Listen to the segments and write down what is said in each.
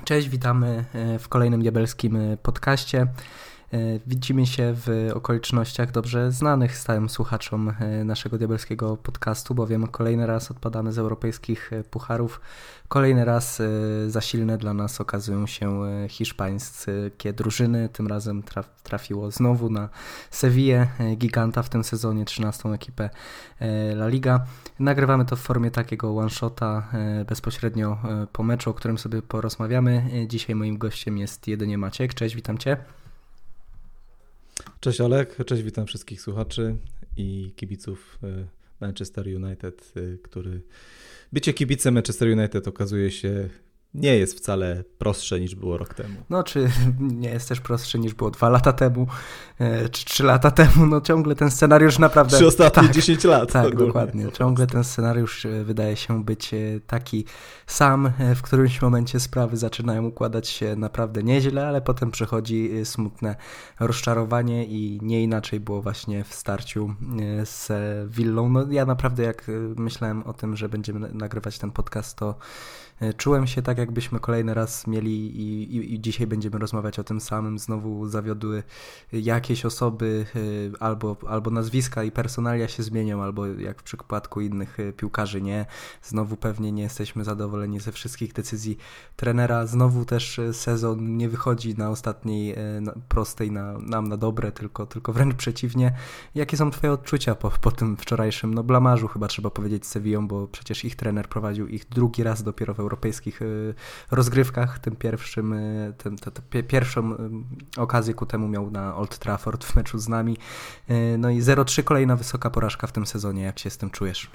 Cześć, witamy w kolejnym diabelskim podcaście. Widzimy się w okolicznościach dobrze znanych stałym słuchaczom naszego diabelskiego podcastu, bowiem kolejny raz odpadamy z europejskich pucharów. Kolejny raz za silne dla nas okazują się hiszpańskie drużyny. Tym razem trafiło znowu na Sevillę, giganta w tym sezonie, 13. ekipę La Liga. Nagrywamy to w formie takiego one-shota bezpośrednio po meczu, o którym sobie porozmawiamy. Dzisiaj moim gościem jest jedynie Maciek. Cześć, witam Cię. Cześć Olek, cześć, witam wszystkich słuchaczy i kibiców Manchester United, który bycie kibicem Manchester United okazuje się nie jest wcale prostsze niż było rok temu. No czy nie jest też prostsze niż było 2 lata temu, czy 3 lata temu, no ciągle ten scenariusz naprawdę... Przez ostatnie 10 lat. Tak, ogólnie, dokładnie. Ciągle ten scenariusz wydaje się być taki sam. W którymś momencie sprawy zaczynają układać się naprawdę nieźle, ale potem przychodzi smutne rozczarowanie i nie inaczej było właśnie w starciu z Villą. No ja naprawdę jak myślałem o tym, że będziemy nagrywać ten podcast, to czułem się tak, jakbyśmy kolejny raz mieli i dzisiaj będziemy rozmawiać o tym samym. Znowu zawiodły jakieś osoby, albo nazwiska i personalia się zmienią, albo jak w przypadku innych piłkarzy nie. Znowu pewnie nie jesteśmy zadowoleni ze wszystkich decyzji trenera. Znowu też sezon nie wychodzi na ostatniej prostej nam na dobre, tylko wręcz przeciwnie. Jakie są Twoje odczucia po tym wczorajszym blamarzu, chyba trzeba powiedzieć, z Sevillą, bo przecież ich trener prowadził ich drugi raz dopiero w europejskich rozgrywkach. Tym pierwszym, pierwszą okazję ku temu miał na Old Trafford w meczu z nami. No i 0-3, kolejna wysoka porażka w tym sezonie. Jak się z tym czujesz?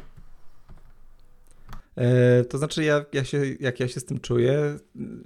To znaczy jak ja się z tym czuję,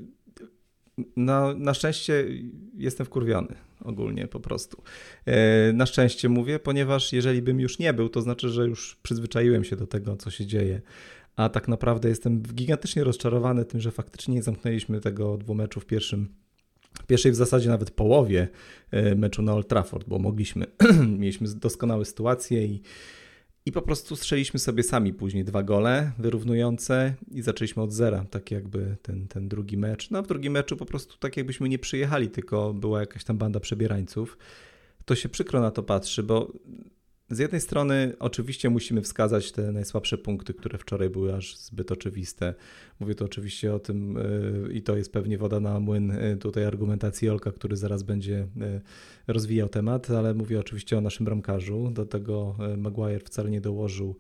na szczęście jestem wkurwiony ogólnie po prostu. Na szczęście mówię, ponieważ jeżeli bym już nie był, to znaczy, że już przyzwyczaiłem się do tego, co się dzieje. A tak naprawdę jestem gigantycznie rozczarowany tym, że faktycznie nie zamknęliśmy tego 2 meczu w pierwszej w zasadzie nawet połowie meczu na Old Trafford, bo mogliśmy, mieliśmy doskonałe sytuacje i po prostu strzeliśmy sobie sami później 2 gole wyrównujące i zaczęliśmy od zera, tak jakby ten drugi mecz. No a w drugim meczu po prostu tak jakbyśmy nie przyjechali, tylko była jakaś tam banda przebierańców. To się przykro na to patrzy, bo z jednej strony oczywiście musimy wskazać te najsłabsze punkty, które wczoraj były aż zbyt oczywiste. Mówię tu oczywiście o tym i to jest pewnie woda na młyn tutaj argumentacji Olka, który zaraz będzie rozwijał temat, ale mówię oczywiście o naszym bramkarzu. Do tego Maguire wcale nie dołożył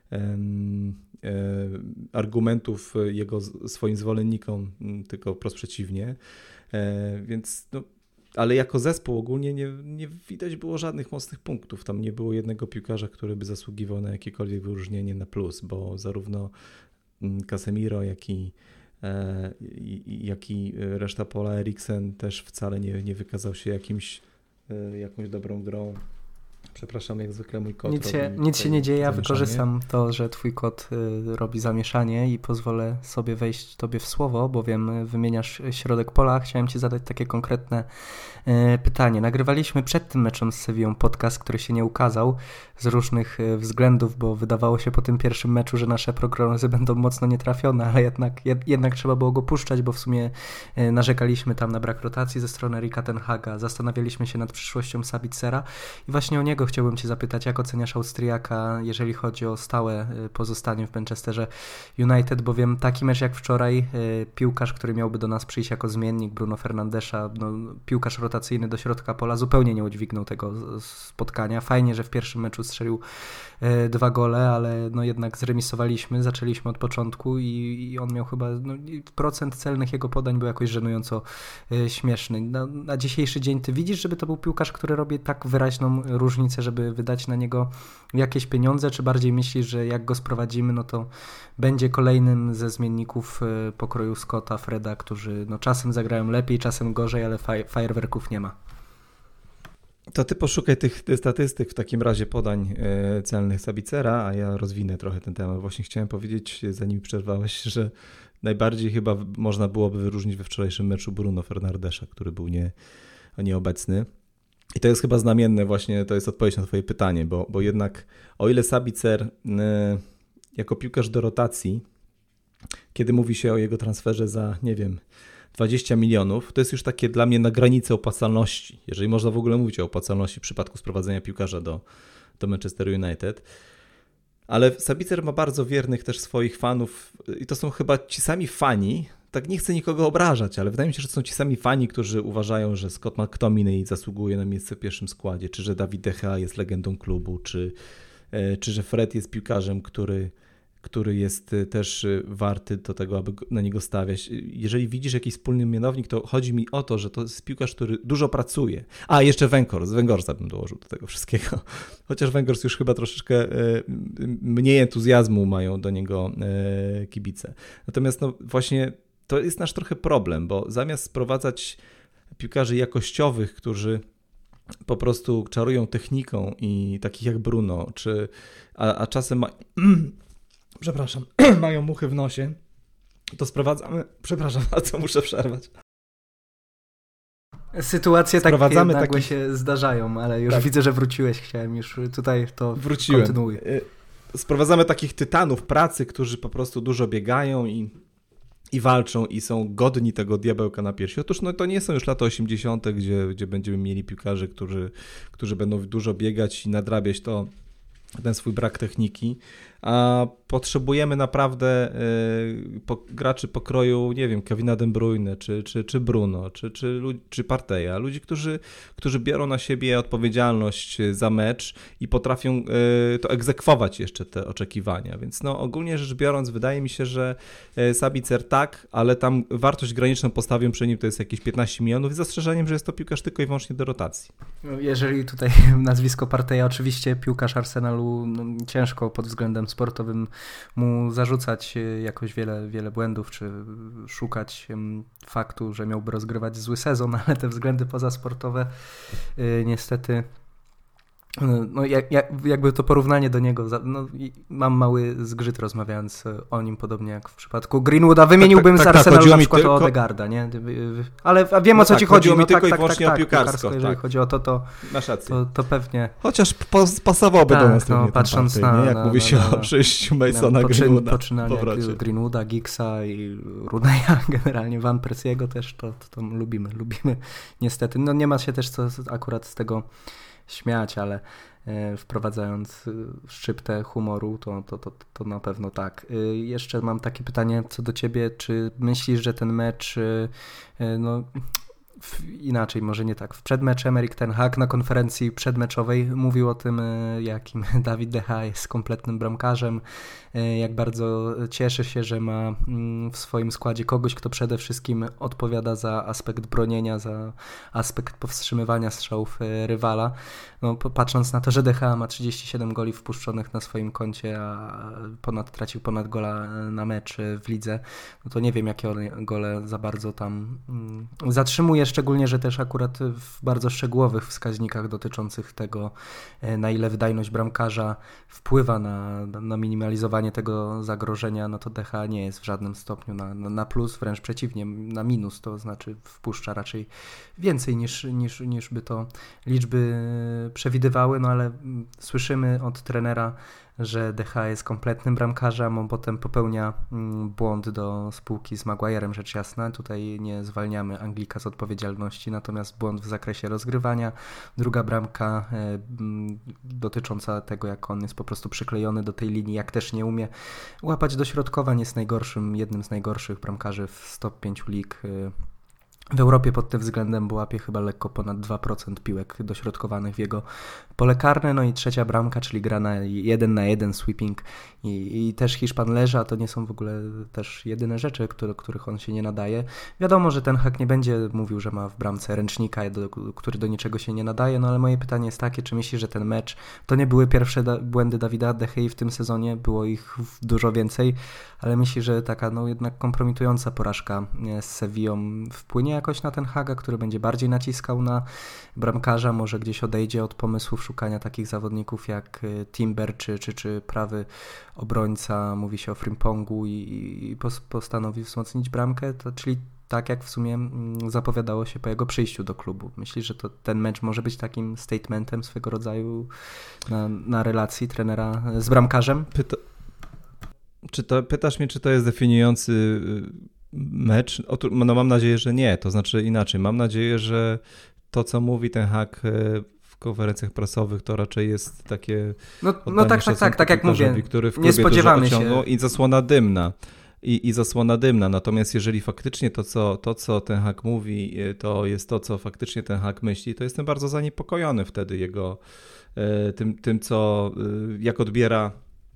argumentów swoim zwolennikom, tylko wprost przeciwnie. Więc ale jako zespół ogólnie nie widać było żadnych mocnych punktów. Tam nie było jednego piłkarza, który by zasługiwał na jakiekolwiek wyróżnienie na plus, bo zarówno Casemiro, jak i reszta pola Eriksen też wcale nie wykazał się jakąś dobrą grą. Przepraszam, jak zwykle mój kot Nic się nie dzieje, ja zamieszanie. wykorzystam to, że twój kot robi zamieszanie i pozwolę sobie wejść tobie w słowo, bowiem wymieniasz środek pola. Chciałem ci zadać takie konkretne pytanie. Nagrywaliśmy przed tym meczem z Sevillą podcast, który się nie ukazał z różnych względów, bo wydawało się po tym pierwszym meczu, że nasze prognozy będą mocno nietrafione, ale jednak trzeba było go puszczać, bo w sumie narzekaliśmy tam na brak rotacji ze strony Erika ten Haga, zastanawialiśmy się nad przyszłością Sabitzera i właśnie o niego chciałbym Cię zapytać, jak oceniasz Austriaka, jeżeli chodzi o stałe pozostanie w Manchesterze United, bowiem taki mecz jak wczoraj, piłkarz, który miałby do nas przyjść jako zmiennik Bruno Fernandesza, piłkarz rotacyjny do środka pola, zupełnie nie udźwignął tego spotkania. Fajnie, że w pierwszym meczu strzelił 2 gole, ale jednak zremisowaliśmy, zaczęliśmy od początku i on miał chyba procent celnych jego podań był jakoś żenująco śmieszny. Na dzisiejszy dzień Ty widzisz, żeby to był piłkarz, który robi tak wyraźną różnicę, żeby wydać na niego jakieś pieniądze, czy bardziej myślisz, że jak go sprowadzimy, no to będzie kolejnym ze zmienników pokroju Scotta, Freda, którzy czasem zagrają lepiej, czasem gorzej, ale fajerwerków nie ma. To ty poszukaj tych statystyk w takim razie podań celnych Sabitzera, a ja rozwinę trochę ten temat. Właśnie chciałem powiedzieć, zanim przerwałeś, że najbardziej chyba można byłoby wyróżnić we wczorajszym meczu Bruno Fernandesza, który był nieobecny. I to jest chyba znamienne właśnie, to jest odpowiedź na twoje pytanie, bo jednak o ile Sabitzer jako piłkarz do rotacji, kiedy mówi się o jego transferze za, nie wiem, 20 milionów, to jest już takie dla mnie na granicy opłacalności, jeżeli można w ogóle mówić o opłacalności w przypadku sprowadzenia piłkarza do Manchester United. Ale Sabitzer ma bardzo wiernych też swoich fanów i to są chyba ci sami fani, tak nie chcę nikogo obrażać, ale wydaje mi się, że to są ci sami fani, którzy uważają, że Scott McTominay zasługuje na miejsce w pierwszym składzie, czy że David De Gea jest legendą klubu, czy że Fred jest piłkarzem, który jest też warty do tego, aby na niego stawiać. Jeżeli widzisz jakiś wspólny mianownik, to chodzi mi o to, że to jest piłkarz, który dużo pracuje. A, jeszcze Weghorsta bym dołożył do tego wszystkiego. Chociaż Weghorst już chyba troszeczkę mniej entuzjazmu mają do niego kibice. Natomiast no właśnie to jest nasz trochę problem, bo zamiast sprowadzać piłkarzy jakościowych, którzy po prostu czarują techniką i takich jak Bruno, a czasem mają muchy w nosie, to sprowadzamy... Przepraszam, a co muszę przerwać? Sytuacje takie nagłe się zdarzają, ale już widzę, że wróciłeś. Chciałem już tutaj to kontynuuj. Sprowadzamy takich tytanów pracy, którzy po prostu dużo biegają i walczą i są godni tego diabełka na piersi. Otóż no, to nie są już lata 80., gdzie będziemy mieli piłkarzy, którzy będą dużo biegać i nadrabiać ten swój brak techniki, a potrzebujemy naprawdę graczy pokroju, nie wiem, Kevina De Bruyne, czy Bruno, czy Partey'a, ludzi, którzy biorą na siebie odpowiedzialność za mecz i potrafią to egzekwować jeszcze te oczekiwania, więc no ogólnie rzecz biorąc wydaje mi się, że Sabitzer tak, ale tam wartość graniczną postawią przy nim to jest jakieś 15 milionów z zastrzeżeniem, że jest to piłkarz tylko i wyłącznie do rotacji. Jeżeli tutaj nazwisko Partey'a, oczywiście piłkarz Arsenalu, no, ciężko pod względem sportowym mu zarzucać jakoś wiele błędów, czy szukać faktu, że miałby rozgrywać zły sezon, ale te względy pozasportowe niestety, no jakby to porównanie do niego, no, mam mały zgrzyt rozmawiając o nim, podobnie jak w przypadku Greenwooda. Wymieniłbym z Arsenalu na przykład o Odegaarda, nie? Ale wiem, o co ci chodzi. Chodziło mi tylko i wyłącznie o piłkarsko. Jeżeli chodzi o to pewnie... Chociaż pasowałoby do nas. No, patrząc jak mówi się o przyjściu Masona Greenwooda. Poczynania Greenwooda, Giggsa i Rooney'a, generalnie Van Persiego też to lubimy niestety. No nie ma się też co akurat z tego śmiać, ale wprowadzając szczyptę humoru, to na pewno tak. Jeszcze mam takie pytanie co do ciebie, czy myślisz, że ten mecz, no inaczej, może nie tak, przed meczem Erik ten Hag na konferencji przedmeczowej mówił o tym, jakim David De Gea jest kompletnym bramkarzem, jak bardzo cieszy się, że ma w swoim składzie kogoś, kto przede wszystkim odpowiada za aspekt bronienia, za aspekt powstrzymywania strzałów rywala. No, patrząc na to, że De Gea ma 37 goli wpuszczonych na swoim koncie, a tracił ponad gola na mecz w lidze, no to nie wiem, jakie on gole za bardzo tam zatrzymuje, szczególnie, że też akurat w bardzo szczegółowych wskaźnikach dotyczących tego, na ile wydajność bramkarza wpływa na minimalizowanie tego zagrożenia, no to De Gea nie jest w żadnym stopniu na plus, wręcz przeciwnie, na minus, to znaczy wpuszcza raczej więcej niż by to liczby przewidywały, no ale słyszymy od trenera, że De Gea jest kompletnym bramkarzem, on potem popełnia błąd do spółki z Maguire'em, rzecz jasna. Tutaj nie zwalniamy Anglika z odpowiedzialności, natomiast błąd w zakresie rozgrywania. Druga bramka dotycząca tego, jak on jest po prostu przyklejony do tej linii, jak też nie umie łapać dośrodkowań, jest jednym z najgorszych bramkarzy w top 5 lig w Europie pod tym względem, bo łapie chyba lekko ponad 2% piłek dośrodkowanych w jego pole karne. No i trzecia bramka, czyli gra na 1-1 sweeping i też Hiszpan leży, a to nie są w ogóle też jedyne rzeczy, których on się nie nadaje. Wiadomo, że ten Hag nie będzie mówił, że ma w bramce ręcznika, który do niczego się nie nadaje, no ale moje pytanie jest takie, czy myślisz, że ten mecz to nie były pierwsze błędy Davida De Gea w tym sezonie, było ich dużo więcej, ale myślisz, że taka no jednak kompromitująca porażka z Sevillą wpłynie jakoś na ten Haga, który będzie bardziej naciskał na bramkarza, może gdzieś odejdzie od pomysłów szukania takich zawodników jak Timber czy prawy obrońca, mówi się o Frimpongu i postanowi wzmocnić bramkę, czyli tak jak w sumie zapowiadało się po jego przyjściu do klubu. Myślisz, że ten mecz może być takim statementem swego rodzaju na relacji trenera z bramkarzem? Pytasz mnie, czy to jest definiujący mecz? No mam nadzieję, że nie. To znaczy inaczej. Mam nadzieję, że to, co mówi ten Hag w konferencjach prasowych, to raczej jest takie tak jak mówię, który w nie spodziewamy się. I zasłona dymna. I zasłona dymna. Natomiast jeżeli faktycznie to, co ten Hag mówi, to jest to, co faktycznie ten Hag myśli, to jestem bardzo zaniepokojony wtedy jego tym co jak odbiera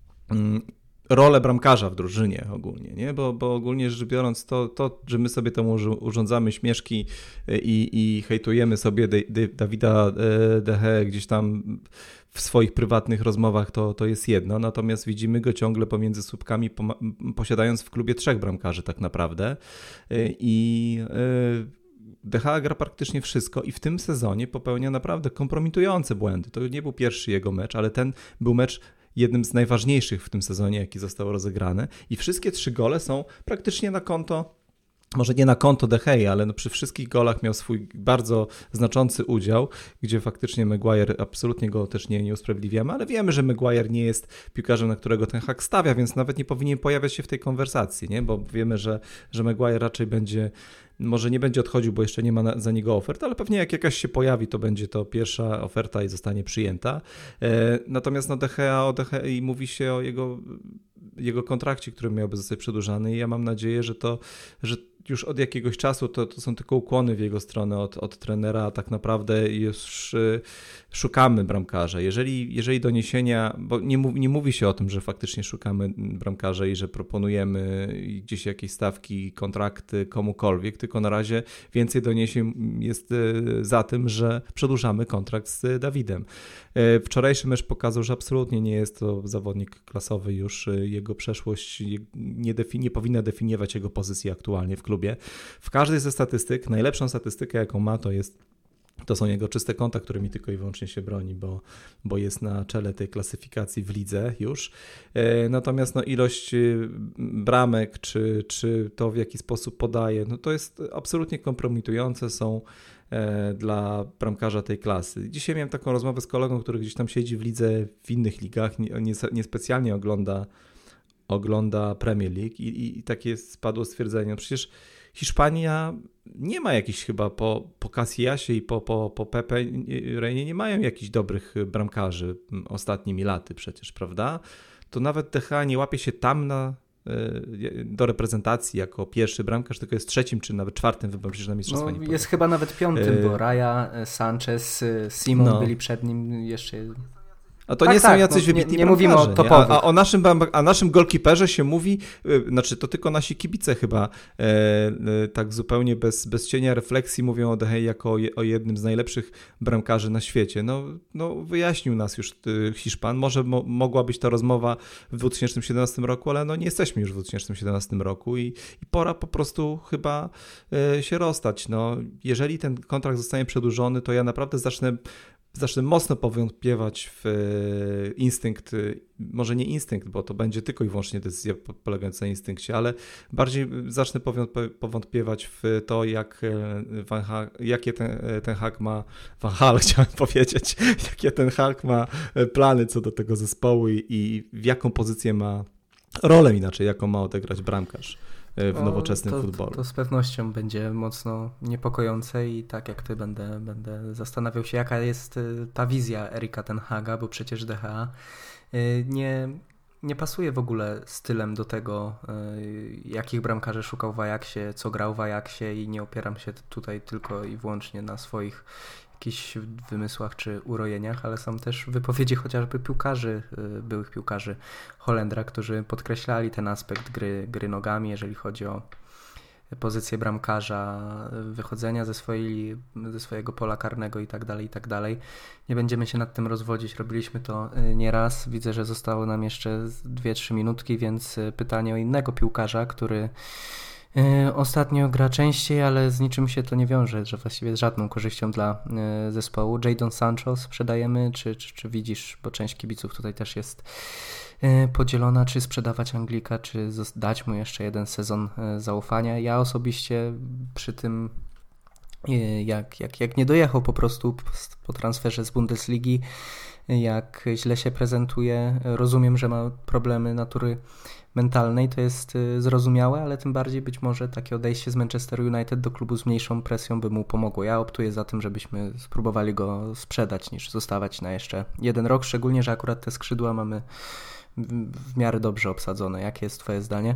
rolę bramkarza w drużynie ogólnie, nie? Bo ogólnie rzecz biorąc to, że my sobie temu urządzamy śmieszki i hejtujemy sobie Davida De Gea gdzieś tam w swoich prywatnych rozmowach, to jest jedno, natomiast widzimy go ciągle pomiędzy słupkami, posiadając w klubie 3 bramkarzy tak naprawdę i De Gea gra praktycznie wszystko i w tym sezonie popełnia naprawdę kompromitujące błędy. To nie był pierwszy jego mecz, ale ten był mecz jednym z najważniejszych w tym sezonie, jaki został rozegrany i wszystkie 3 gole są praktycznie na konto, może nie na konto De Gea, ale przy wszystkich golach miał swój bardzo znaczący udział, gdzie faktycznie Maguire, absolutnie go też nie usprawiedliwiamy, ale wiemy, że Maguire nie jest piłkarzem, na którego ten Hag stawia, więc nawet nie powinien pojawiać się w tej konwersacji, nie? Bo wiemy, że Maguire raczej może nie będzie odchodził, bo jeszcze nie ma za niego ofert, ale pewnie jak jakaś się pojawi, to będzie to pierwsza oferta i zostanie przyjęta. Natomiast o De Gea mówi się o jego kontrakcie, który miałby zostać przedłużany i ja mam nadzieję, że już od jakiegoś czasu to są tylko ukłony w jego stronę od trenera, a tak naprawdę już szukamy bramkarza. Jeżeli doniesienia, bo nie mówi się o tym, że faktycznie szukamy bramkarza i że proponujemy gdzieś jakieś stawki, kontrakty komukolwiek, tylko na razie więcej doniesień jest za tym, że przedłużamy kontrakt z Dawidem. Wczorajszy mecz pokazał, że absolutnie nie jest to zawodnik klasowy już, jego przeszłość nie powinna definiować jego pozycji aktualnie w klubie. W każdej ze statystyk, najlepszą statystykę jaką ma to są jego czyste konta, którymi tylko i wyłącznie się broni, bo jest na czele tej klasyfikacji w lidze już. Natomiast ilość bramek, czy to w jaki sposób podaje, to jest absolutnie kompromitujące są dla bramkarza tej klasy. Dzisiaj miałem taką rozmowę z kolegą, który gdzieś tam siedzi w lidze, w innych ligach, niespecjalnie ogląda Premier League i takie spadło stwierdzenie. Przecież Hiszpania nie ma jakichś chyba po Casillasie i po Pepe Reinie nie mają jakichś dobrych bramkarzy ostatnimi laty przecież, prawda? To nawet De Gea nie łapie się tam do reprezentacji jako pierwszy bramkarz, tylko jest 3. czy nawet 4. wyborem przecież na mistrzostwa nie jest chyba nawet 5, bo Raya, Sanchez, Simon byli przed nim jeszcze. A to nie są jacyś wybitni nie mówimy o topowych. A naszym golkiperze się mówi, znaczy to tylko nasi kibice chyba tak zupełnie bez cienia refleksji mówią o De Gea jako o jednym z najlepszych bramkarzy na świecie. No wyjaśnił nas już Hiszpan. Może mogła być to rozmowa w 2017 roku, ale nie jesteśmy już w 2017 roku i pora po prostu chyba się rozstać. Jeżeli ten kontrakt zostanie przedłużony, to ja naprawdę zacznę mocno powątpiewać w instynkt, może nie instynkt, bo to będzie tylko i wyłącznie decyzja polegająca na instynkcie, ale bardziej zacznę powątpiewać w to, jakie ten Hag ma, Van Gaal chciałem powiedzieć, jakie ten Hag ma plany co do tego zespołu i w jaką pozycję ma rolę inaczej, jaką ma odegrać bramkarz w nowoczesnym futbolu. To z pewnością będzie mocno niepokojące i tak jak ty będę zastanawiał się, jaka jest ta wizja Erika ten Haga, bo przecież De Gea nie pasuje w ogóle stylem do tego, jakich bramkarzy szukał w Ajaxie, co grał w Ajaxie i nie opieram się tutaj tylko i wyłącznie na swoich jakichś wymysłach czy urojeniach, ale są też wypowiedzi chociażby byłych piłkarzy Holendra, którzy podkreślali ten aspekt gry nogami, jeżeli chodzi o pozycję bramkarza, wychodzenia ze swojego pola karnego i tak dalej. Nie będziemy się nad tym rozwodzić, robiliśmy to nieraz. Widzę, że zostało nam jeszcze 2-3 minutki, więc pytanie o innego piłkarza, który ostatnio gra częściej, ale z niczym się to nie wiąże, że właściwie z żadną korzyścią dla zespołu. Jadon Sancho sprzedajemy, czy widzisz, bo część kibiców tutaj też jest podzielona, czy sprzedawać Anglika, czy dać mu jeszcze jeden sezon zaufania. Ja osobiście przy tym jak nie dojechał po prostu po transferze z Bundesligi, jak źle się prezentuje. Rozumiem, że ma problemy natury mentalnej, to jest zrozumiałe, ale tym bardziej być może takie odejście z Manchester United do klubu z mniejszą presją by mu pomogło. Ja optuję za tym, żebyśmy spróbowali go sprzedać, niż zostawać na jeszcze 1 rok, szczególnie, że akurat te skrzydła mamy w miarę dobrze obsadzone. Jakie jest twoje zdanie?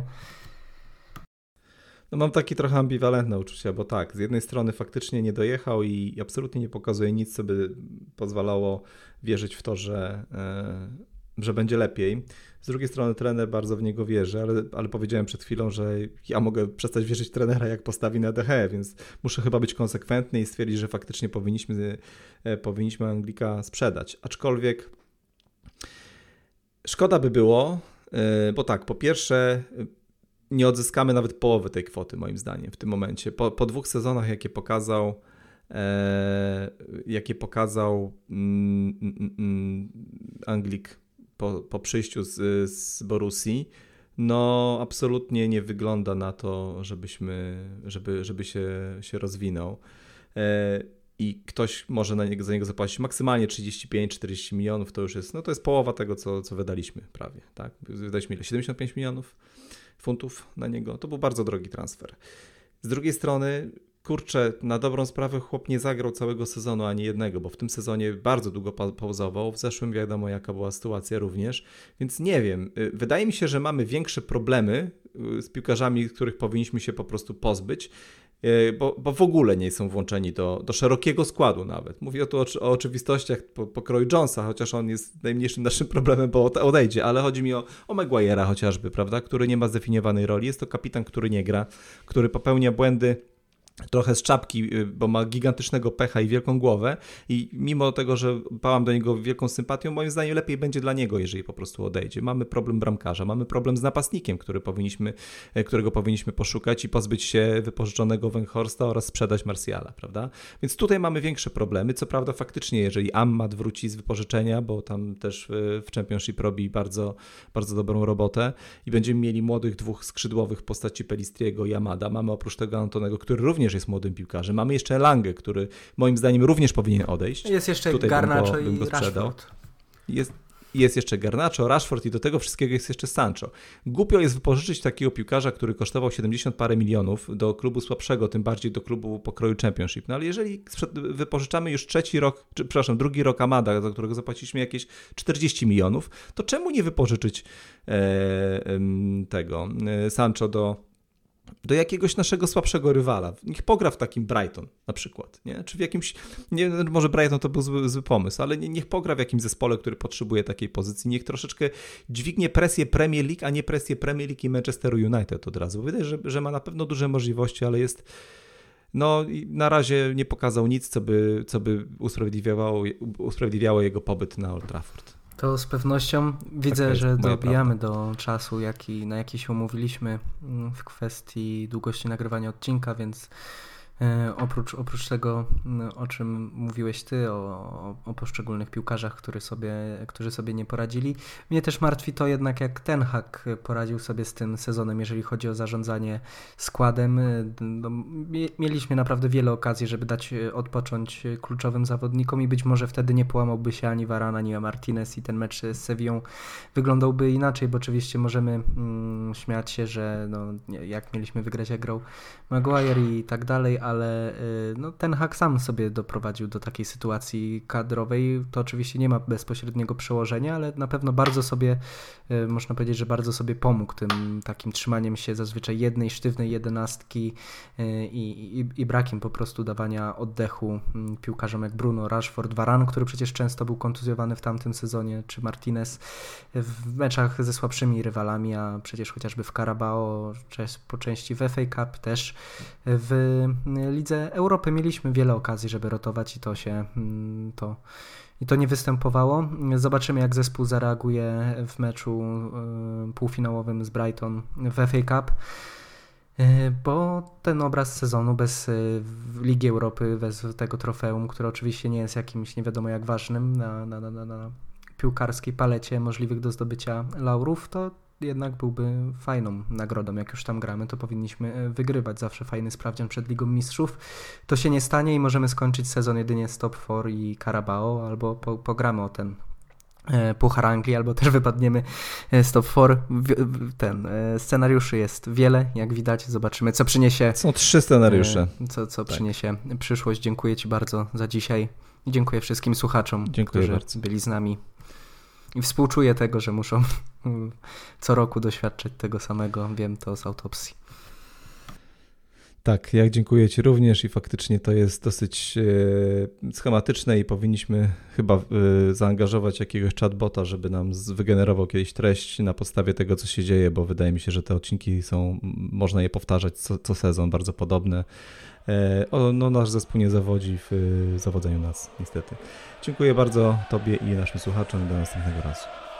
No mam takie trochę ambiwalentne uczucia, bo tak, z jednej strony faktycznie nie dojechał i absolutnie nie pokazuje nic, co by pozwalało wierzyć w to, że będzie lepiej. Z drugiej strony trener bardzo w niego wierzy, ale powiedziałem przed chwilą, że ja mogę przestać wierzyć trenera, jak postawi na De Gea, więc muszę chyba być konsekwentny i stwierdzić, że faktycznie powinniśmy Anglika sprzedać. Aczkolwiek szkoda by było, bo tak, po pierwsze nie odzyskamy nawet połowy tej kwoty, moim zdaniem, w tym momencie. Po 2 sezonach, jakie pokazał Anglik po przyjściu z Borussii, no absolutnie nie wygląda na to, żeby się rozwinął. I ktoś może za niego zapłacić maksymalnie 35-40 milionów, to już jest, no to jest połowa tego, co wydaliśmy prawie, tak? Wydaliśmy ile? 75 milionów funtów na niego. To był bardzo drogi transfer. Z drugiej strony, kurczę, na dobrą sprawę chłop nie zagrał całego sezonu ani jednego, bo w tym sezonie bardzo długo pauzował. W zeszłym wiadomo, jaka była sytuacja również, więc nie wiem. Wydaje mi się, że mamy większe problemy z piłkarzami, których powinniśmy się po prostu pozbyć, bo w ogóle nie są włączeni do szerokiego składu nawet. Mówię tu o oczywistościach pokroju Jonesa, chociaż on jest najmniejszym naszym problemem, bo odejdzie, ale chodzi mi o Maguire'a chociażby, prawda, który nie ma zdefiniowanej roli. Jest to kapitan, który nie gra, który popełnia błędy trochę z czapki, bo ma gigantycznego pecha i wielką głowę i mimo tego, że pałam do niego wielką sympatią, moim zdaniem lepiej będzie dla niego, jeżeli po prostu odejdzie. Mamy problem bramkarza, mamy problem z napastnikiem, którego powinniśmy poszukać i pozbyć się wypożyczonego Weghorsta oraz sprzedać Martiala, prawda? Więc tutaj mamy większe problemy. Co prawda faktycznie, jeżeli Amad wróci z wypożyczenia, bo tam też w Championship robi bardzo, bardzo dobrą robotę i będziemy mieli młodych 2 skrzydłowych w postaci Pelistriego i Amada. Mamy oprócz tego Antonego, który również jest młodym piłkarzem. Mamy jeszcze Langę, który moim zdaniem również powinien odejść. Jest jeszcze tutaj Garnacho i Rashford. Jest jeszcze Garnacho, Rashford i do tego wszystkiego jest jeszcze Sancho. Głupio jest wypożyczyć takiego piłkarza, który kosztował 70 parę milionów do klubu słabszego, tym bardziej do klubu pokroju Championship. No ale jeżeli wypożyczamy już drugi rok Amada, za którego zapłaciliśmy jakieś 40 milionów, to czemu nie wypożyczyć Sancho do jakiegoś naszego słabszego rywala. Niech pogra w takim Brighton na przykład, nie? Czy w jakimś, nie, może Brighton to był zły pomysł, ale niech pogra w jakimś zespole, który potrzebuje takiej pozycji. Niech troszeczkę dźwignie presję Premier League, a nie presję Premier League i Manchesteru United od razu. Bo widać, że ma na pewno duże możliwości, ale jest, no na razie nie pokazał nic, co by usprawiedliwiało jego pobyt na Old Trafford. To z pewnością widzę, że dobijamy do czasu, na jaki się umówiliśmy w kwestii długości nagrywania odcinka, więc oprócz tego, o czym mówiłeś ty, o poszczególnych piłkarzach, którzy sobie nie poradzili, mnie też martwi to jednak, jak Ten Hag poradził sobie z tym sezonem, jeżeli chodzi o zarządzanie składem. No, mieliśmy naprawdę wiele okazji, żeby dać odpocząć kluczowym zawodnikom i być może wtedy nie połamałby się ani Varane, ani Martinez i ten mecz z Sevillą wyglądałby inaczej, bo oczywiście możemy śmiać się, że no, jak mieliśmy wygrać, jak grał Maguire i tak dalej, ale no, Ten Hag sam sobie doprowadził do takiej sytuacji kadrowej. To oczywiście nie ma bezpośredniego przełożenia, ale na pewno bardzo sobie, można powiedzieć, że bardzo sobie pomógł tym takim trzymaniem się zazwyczaj jednej sztywnej jedenastki i brakiem po prostu dawania oddechu piłkarzom jak Bruno, Rashford, Varane, który przecież często był kontuzjowany w tamtym sezonie, czy Martinez w meczach ze słabszymi rywalami, a przecież chociażby w Carabao, po części w FA Cup, też w Lidze Europy mieliśmy wiele okazji, żeby rotować i to nie występowało. Zobaczymy, jak zespół zareaguje w meczu półfinałowym z Brighton w FA Cup, bo ten obraz sezonu bez Ligi Europy, bez tego trofeum, które oczywiście nie jest jakimś nie wiadomo jak ważnym na piłkarskiej palecie możliwych do zdobycia laurów, jednak byłby fajną nagrodą. Jak już tam gramy, to powinniśmy wygrywać. Zawsze fajny sprawdzian przed Ligą Mistrzów. To się nie stanie i możemy skończyć sezon jedynie z Top 4 i Carabao, albo pogramy o ten Puchar Anglii, albo też wypadniemy z Top 4. Scenariuszy jest wiele, jak widać. Zobaczymy, co przyniesie. Są 3 scenariusze. Co przyniesie przyszłość. Dziękuję Ci bardzo za dzisiaj i dziękuję wszystkim słuchaczom, którzy byli z nami. I współczuję tego, że muszą co roku doświadczać tego samego. Wiem to z autopsji. Tak, ja dziękuję Ci również i faktycznie to jest dosyć schematyczne i powinniśmy chyba zaangażować jakiegoś chatbota, żeby nam wygenerował kiedyś treść na podstawie tego, co się dzieje, bo wydaje mi się, że te odcinki można je powtarzać co sezon, bardzo podobne. Nasz zespół nie zawodzi w zawodzeniu nas, niestety. Dziękuję bardzo Tobie i naszym słuchaczom i do następnego razu.